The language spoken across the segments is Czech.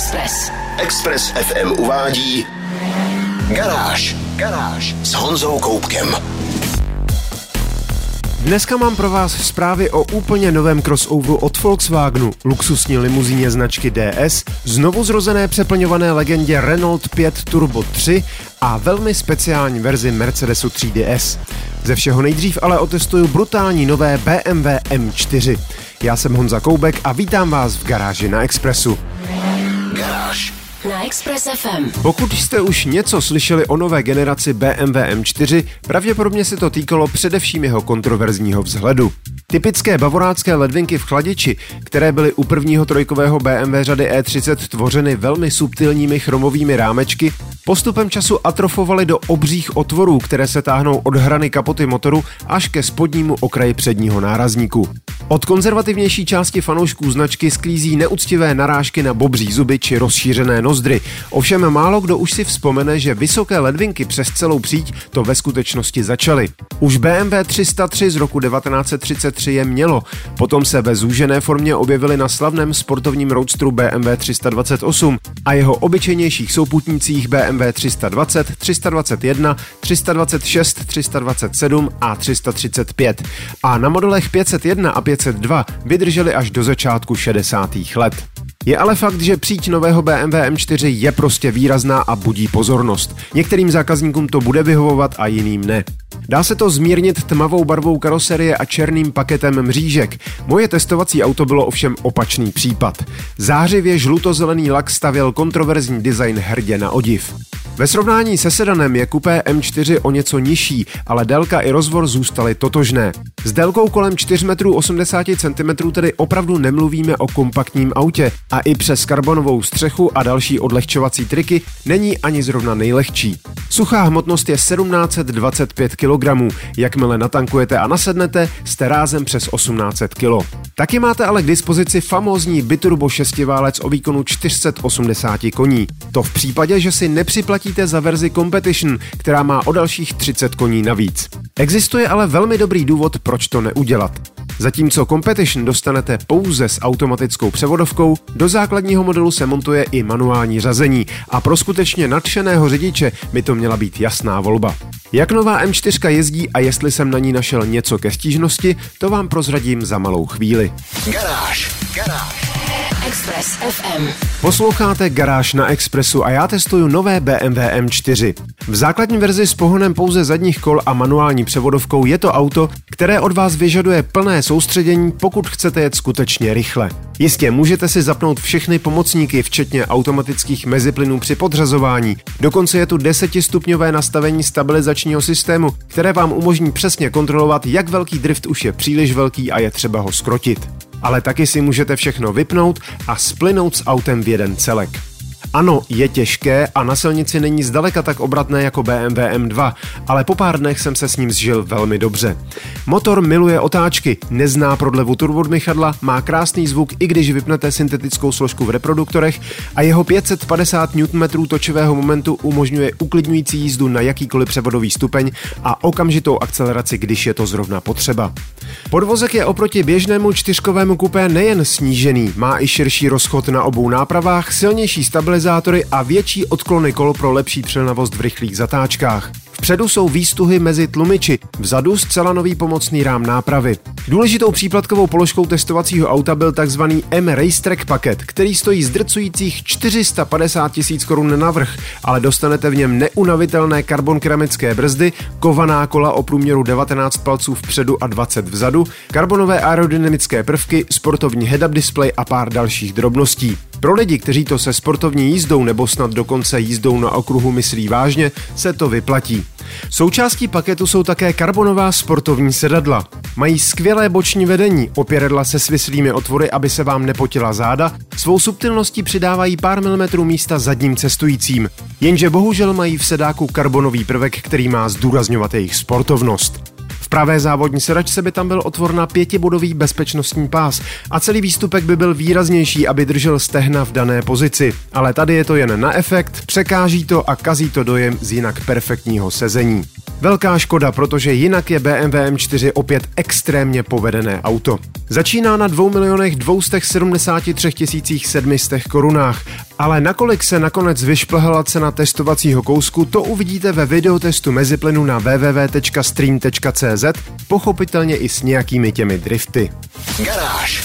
Express. Express FM uvádí Garáž s Honzou Koubkem. Dneska mám pro vás zprávy o úplně novém crossoveru od Volkswagenu, luxusní limuzíně značky DS, znovu zrozené přeplňované legendě Renault 5 Turbo 3 a velmi speciální verzi Mercedesu 3DS. Ze všeho nejdřív ale otestuju brutální nové BMW M4. Já jsem Honza Koubek a vítám vás v garáži na Expressu. Garáž Na Express FM. Pokud jste už něco slyšeli o nové generaci BMW M4, pravděpodobně se to týkalo především jeho kontroverzního vzhledu. Typické bavorácké ledvinky v chladiči, které byly u prvního trojkového BMW řady E30 tvořeny velmi subtilními chromovými rámečky, postupem času atrofovaly do obřích otvorů, které se táhnou od hrany kapoty motoru až ke spodnímu okraji předního nárazníku. Od konzervativnější části fanoušků značky sklízí neúctivé narážky na bobří zuby či rozšířené nozdry. Ovšem málo kdo už si vzpomene, že vysoké ledvinky přes celou příď to ve skutečnosti začaly. Už BMW 303 z roku 1933 je mělo, potom se ve zúžené formě objevily na slavném sportovním roadstru BMW 328 a jeho obyčejnějších souputnících BMW 320, 321, 326, 327 a 335. A na modelech 501 a 502 vydrželi až do začátku 60. let. Je ale fakt, že příď nového BMW M4 je prostě výrazná a budí pozornost. Některým zákazníkům to bude vyhovovat a jiným ne. Dá se to zmírnit tmavou barvou karoserie a černým paketem mřížek. Moje testovací auto bylo ovšem opačný případ. Zářivě žlutozelený lak stavěl kontroverzní design hrdě na odiv. Ve srovnání se sedanem je kupé M4 o něco nižší, ale délka i rozvor zůstaly totožné. S délkou kolem 4,80 cm tedy opravdu nemluvíme o kompaktním autě a i přes karbonovou střechu a další odlehčovací triky není ani zrovna nejlehčí. Suchá hmotnost je 1725 kg, jakmile natankujete a nasednete, jste rázem přes 1800 kg. Taky máte ale k dispozici famózní biturbo šestiválec o výkonu 480 koní. To v případě, že si nepřiplatíte za verzi Competition, která má o dalších 30 koní navíc. Existuje ale velmi dobrý důvod, proč to neudělat. Zatímco Competition dostanete pouze s automatickou převodovkou, do základního modelu se montuje i manuální řazení a pro skutečně nadšeného řidiče by to měla být jasná volba. Jak nová M4 jezdí a jestli jsem na ní našel něco ke stížnosti, to vám prozradím za malou chvíli. Garáž Express FM. Posloucháte Garáž na Expressu a já testuju nové BMW M4. V základní verzi s pohonem pouze zadních kol a manuální převodovkou je to auto, které od vás vyžaduje plné soustředění, pokud chcete jet skutečně rychle. Jistě můžete si zapnout všechny pomocníky, včetně automatických meziplynů při podřazování. Dokonce je tu 10stupňové nastavení stabilizačního systému, které vám umožní přesně kontrolovat, jak velký drift už je příliš velký a je třeba ho zkrotit. Ale taky si můžete všechno vypnout a splynout s autem v jeden celek. Ano, je těžké a na silnici není zdaleka tak obratné jako BMW M2, ale po pár dnech jsem se s ním zžil velmi dobře. Motor miluje otáčky, nezná prodlevu turbodmychadla, má krásný zvuk, i když vypnete syntetickou složku v reproduktorech a jeho 550 Nm točivého momentu umožňuje uklidňující jízdu na jakýkoliv převodový stupeň a okamžitou akceleraci, když je to zrovna potřeba. Podvozek je oproti běžnému čtyřkovému kupé nejen snížený, má i širší rozchod na obou nápravách, silnější stabilizátory a větší odklony kol pro lepší přilnavost v rychlých zatáčkách. Vpředu jsou výstuhy mezi tlumiči, vzadu zcela nový pomocný rám nápravy. Důležitou příplatkovou položkou testovacího auta byl tzv. M-Racetrack paket, který stojí zdrcujících 450 000 korun navrch, ale dostanete v něm neunavitelné karbonkeramické brzdy, kovaná kola o průměru 19 palců vpředu a 20 vzadu, karbonové aerodynamické prvky, sportovní head-up display a pár dalších drobností. Pro lidi, kteří to se sportovní jízdou nebo snad dokonce jízdou na okruhu myslí vážně, se to vyplatí. Součástí paketu jsou také karbonová sportovní sedadla. Mají skvělé boční vedení, opěredla se svislými otvory, aby se vám nepotila záda, svou subtilností přidávají pár milimetrů místa zadním cestujícím. Jenže bohužel mají v sedáku karbonový prvek, který má zdůrazňovat jejich sportovnost. V pravé závodní sedačce by tam byl otvor na 5bodový bezpečnostní pás a celý výstupek by byl výraznější, aby držel stehna v dané pozici. Ale tady je to jen na efekt, překáží to a kazí to dojem z jinak perfektního sezení. Velká škoda, protože jinak je BMW M4 opět extrémně povedené auto. Začíná na 2 273 700 korunách, ale nakolik se nakonec vyšplhala cena testovacího kousku, to uvidíte ve videotestu meziplynu na www.stream.cz, pochopitelně i s nějakými těmi drifty. Garáž.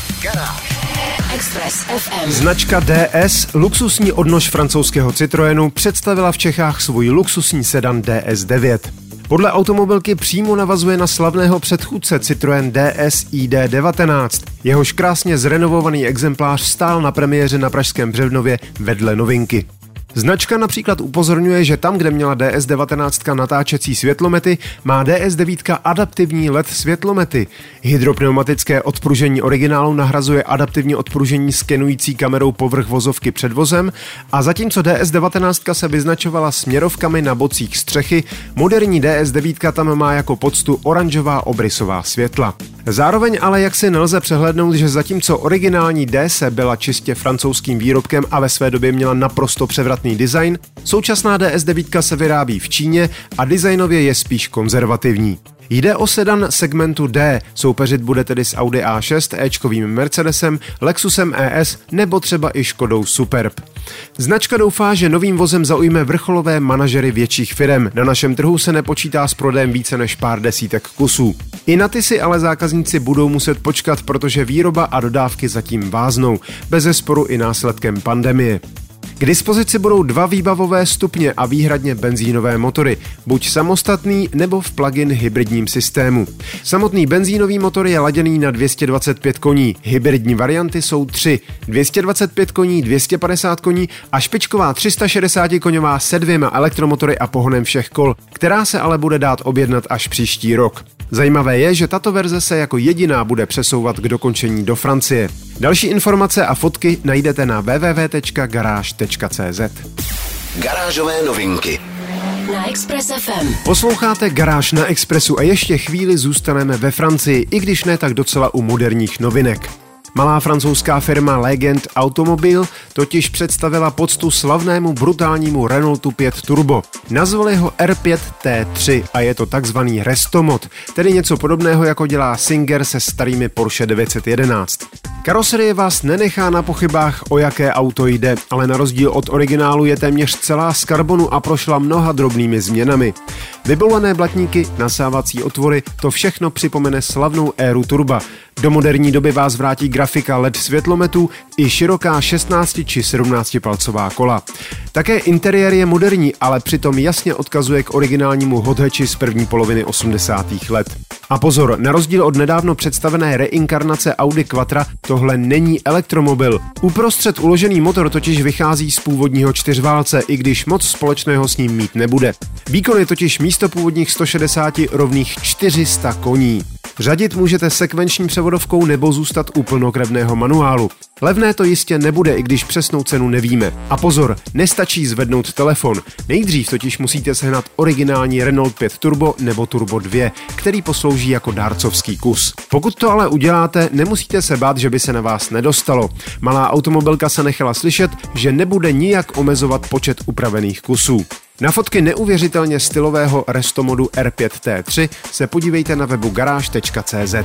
Express FM. Značka DS, luxusní odnož francouzského Citroenu, představila v Čechách svůj luxusní sedan DS9. Podle automobilky přímo navazuje na slavného předchůdce Citroën DS ID19. Jehož krásně zrenovovaný exemplář stál na premiéře na pražském Břevnově vedle novinky. Značka například upozorňuje, že tam, kde měla DS19 natáčecí světlomety, má DS9 adaptivní LED světlomety. Hydropneumatické odpružení originálu nahrazuje adaptivní odpružení skenující kamerou povrch vozovky před vozem a zatímco DS19 se vyznačovala směrovkami na bocích střechy, moderní DS9 tam má jako poctu oranžová obrysová světla. Zároveň ale jaksi nelze přehlédnout, že zatímco originální DS byla čistě francouzským výrobkem a ve své době měla naprosto převratný design, současná DS9 se vyrábí v Číně a designově je spíš konzervativní. Jde o sedan segmentu D, soupeřit bude tedy s Audi A6, Ečkovým Mercedesem, Lexusem ES nebo třeba i Škodou Superb. Značka doufá, že novým vozem zaujme vrcholové manažery větších firem. Na našem trhu se nepočítá s prodejem více než pár desítek kusů. I na ty si ale zákazníci budou muset počkat, protože výroba a dodávky zatím váznou, bezesporu i následkem pandemie. K dispozici budou 2 výbavové stupně a výhradně benzínové motory, buď samostatný nebo v plug-in hybridním systému. Samotný benzínový motor je laděný na 225 koní, hybridní varianty jsou 3, 225 koní, 250 koní a špičková 360-koňová se 2 elektromotory a pohonem všech kol, která se ale bude dát objednat až příští rok. Zajímavé je, že tato verze se jako jediná bude přesouvat k dokončení do Francie. Další informace a fotky najdete na www.garage.cz. Garážové novinky Na Express FM. Posloucháte Garáž na Expressu a ještě chvíli zůstaneme ve Francii, i když ne tak docela u moderních novinek. Malá francouzská firma Legend Automobile totiž představila poctu slavnému brutálnímu Renaultu 5 Turbo. Nazvali ho R5 T3 a je to takzvaný restomod, tedy něco podobného jako dělá Singer se starými Porsche 911. Karoserie vás nenechá na pochybách, o jaké auto jde, ale na rozdíl od originálu je téměř celá z karbonu a prošla mnoha drobnými změnami. Vyboulené blatníky, nasávací otvory, to všechno připomene slavnou éru turba. Do moderní doby vás vrátí grafika LED světlometů i široká 16 či 17 palcová kola. Také interiér je moderní, ale přitom jasně odkazuje k originálnímu hot hatchi z první poloviny 80. let. A pozor, na rozdíl od nedávno představené reinkarnace Audi Quattro, tohle není elektromobil. Uprostřed uložený motor totiž vychází z původního čtyřválce, i když moc společného s ním mít nebude. Výkon je totiž místo původních 160 rovných 400 koní. Řadit můžete sekvenční převodovkou nebo zůstat u plnokrevného manuálu. Levné to jistě nebude, i když přesnou cenu nevíme. A pozor, nestačí zvednout telefon. Nejdřív totiž musíte sehnat originální Renault 5 Turbo nebo Turbo 2, který poslouží jako dárcovský kus. Pokud to ale uděláte, nemusíte se bát, že by se na vás nedostalo. Malá automobilka se nechala slyšet, že nebude nijak omezovat počet upravených kusů. Na fotky neuvěřitelně stylového restomodu R5 T3 se podívejte na webu garage.cz.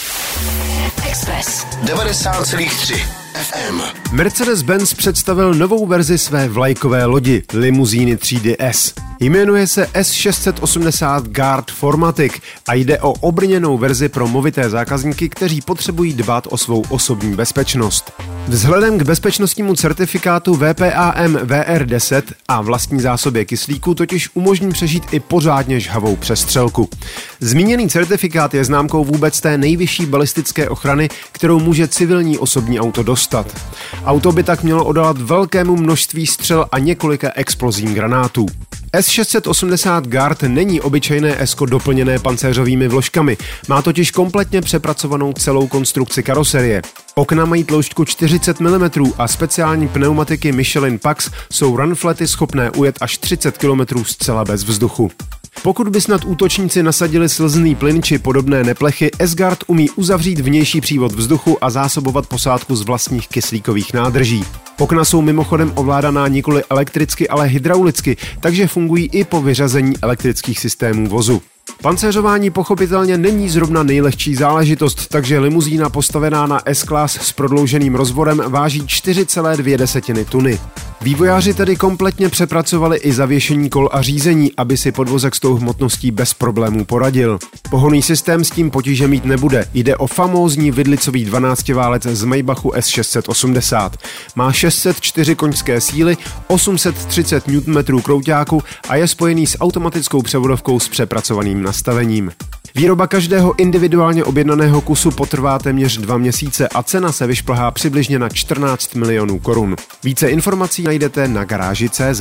Express 90,3 FM. Mercedes-Benz představil novou verzi své vlajkové lodi, limuzíny třídy S. Jmenuje se S680 Guard 4MATIC a jde o obrněnou verzi pro movité zákazníky, kteří potřebují dbát o svou osobní bezpečnost. Vzhledem k bezpečnostnímu certifikátu VPAM VR10 a vlastní zásobě kyslíku totiž umožní přežít i pořádně žhavou přestřelku. Zmíněný certifikát je známkou vůbec té nejvyšší balistické ochrany, kterou může civilní osobní auto dostat. Auto by tak mělo odolat velkému množství střel a několika explozím granátů. S680 Guard není obyčejné S-ko doplněné pancéřovými vložkami, má totiž kompletně přepracovanou celou konstrukci karoserie. Okna mají tloušťku 40 mm a speciální pneumatiky Michelin Pax jsou runflety schopné ujet až 30 km zcela bez vzduchu. Pokud by snad útočníci nasadili slzný plyn či podobné neplechy, S-Guard umí uzavřít vnější přívod vzduchu a zásobovat posádku z vlastních kyslíkových nádrží. Okna jsou mimochodem ovládaná nikoli elektricky, ale hydraulicky, takže fungují i po vyřazení elektrických systémů vozu. Pancéřování pochopitelně není zrovna nejlehčí záležitost, takže limuzína postavená na S-Class s prodlouženým rozvorem váží 4,2 tuny. Vývojáři tedy kompletně přepracovali i zavěšení kol a řízení, aby si podvozek s tou hmotností bez problémů poradil. Pohonný systém s tím potíže mít nebude. Jde o famózní vidlicový 12-válec z Maybachu S680. Má 604 koňské síly, 830 Nm krouťáku a je spojený s automatickou převodovkou s přepracovaným nastavením. Výroba každého individuálně objednaného kusu potrvá téměř 2 měsíce a cena se vyšplhá přibližně na 14 milionů korun. Více informací najdete na garáži.cz.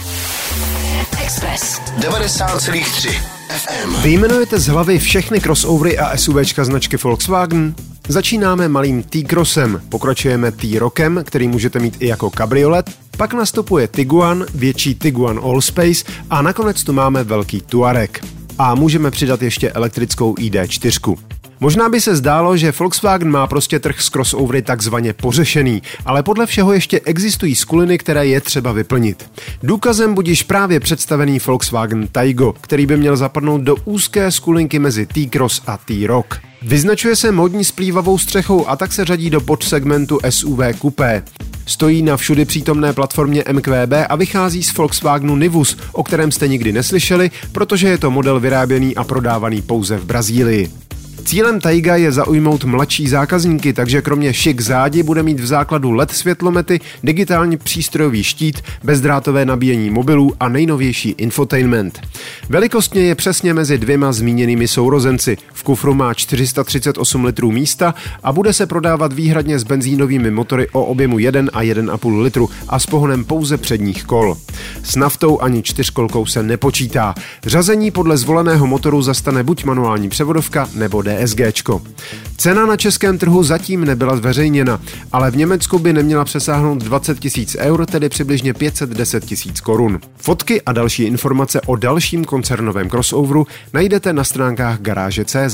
Express 90,3 FM. Vyjmenujete z hlavy všechny crossovery a SUVčka značky Volkswagen? Začínáme malým T-Crossem, pokračujeme T-Rockem, který můžete mít i jako kabriolet, pak nastupuje Tiguan, větší Tiguan Allspace a nakonec tu máme velký Touareg. A můžeme přidat ještě elektrickou ID4. Možná by se zdálo, že Volkswagen má prostě trh s crossovery takzvaně pořešený, ale podle všeho ještě existují skuliny, které je třeba vyplnit. Důkazem budiž právě představený Volkswagen Taigo, který by měl zapadnout do úzké skulinky mezi T-Cross a T-Roc. Vyznačuje se módní splývavou střechou a tak se řadí do podsegmentu SUV coupé. Stojí na všudy přítomné platformě MQB a vychází z Volkswagenu Nivus, o kterém jste nikdy neslyšeli, protože je to model vyráběný a prodávaný pouze v Brazílii. Cílem Taiga je zaujmout mladší zákazníky, takže kromě šik zádi bude mít v základu LED světlomety, digitální přístrojový štít, bezdrátové nabíjení mobilů a nejnovější infotainment. Velikostně je přesně mezi dvěma zmíněnými sourozenci. V kufru má 438 litrů místa a bude se prodávat výhradně s benzínovými motory o objemu 1 a 1,5 litru a s pohonem pouze předních kol. S naftou ani čtyřkolkou se nepočítá. Řazení podle zvoleného motoru zastane buď manuální převodovka nebo DSGčko. Cena na českém trhu zatím nebyla zveřejněna, ale v Německu by neměla přesáhnout 20 000 eur, tedy přibližně 510 000 korun. Fotky a další informace o dalším koncernovém crossoveru najdete na stránkách garáže.cz.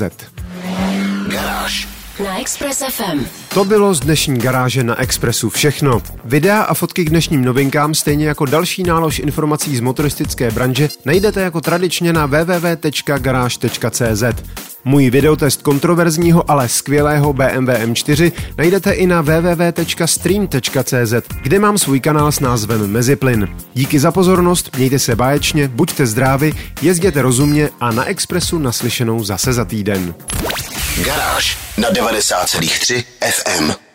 Garáž na Express FM. To bylo z dnešní garáže na Expressu všechno. Videa a fotky k dnešním novinkám, stejně jako další nálož informací z motoristické branže, najdete jako tradičně na www.garage.cz. Můj videotest kontroverzního, ale skvělého BMW M4 najdete i na www.stream.cz, kde mám svůj kanál s názvem Meziplyn. Díky za pozornost, mějte se báječně, buďte zdraví, jezděte rozumně a na Expressu naslyšenou zase za týden. Garáž na 90,3 FM.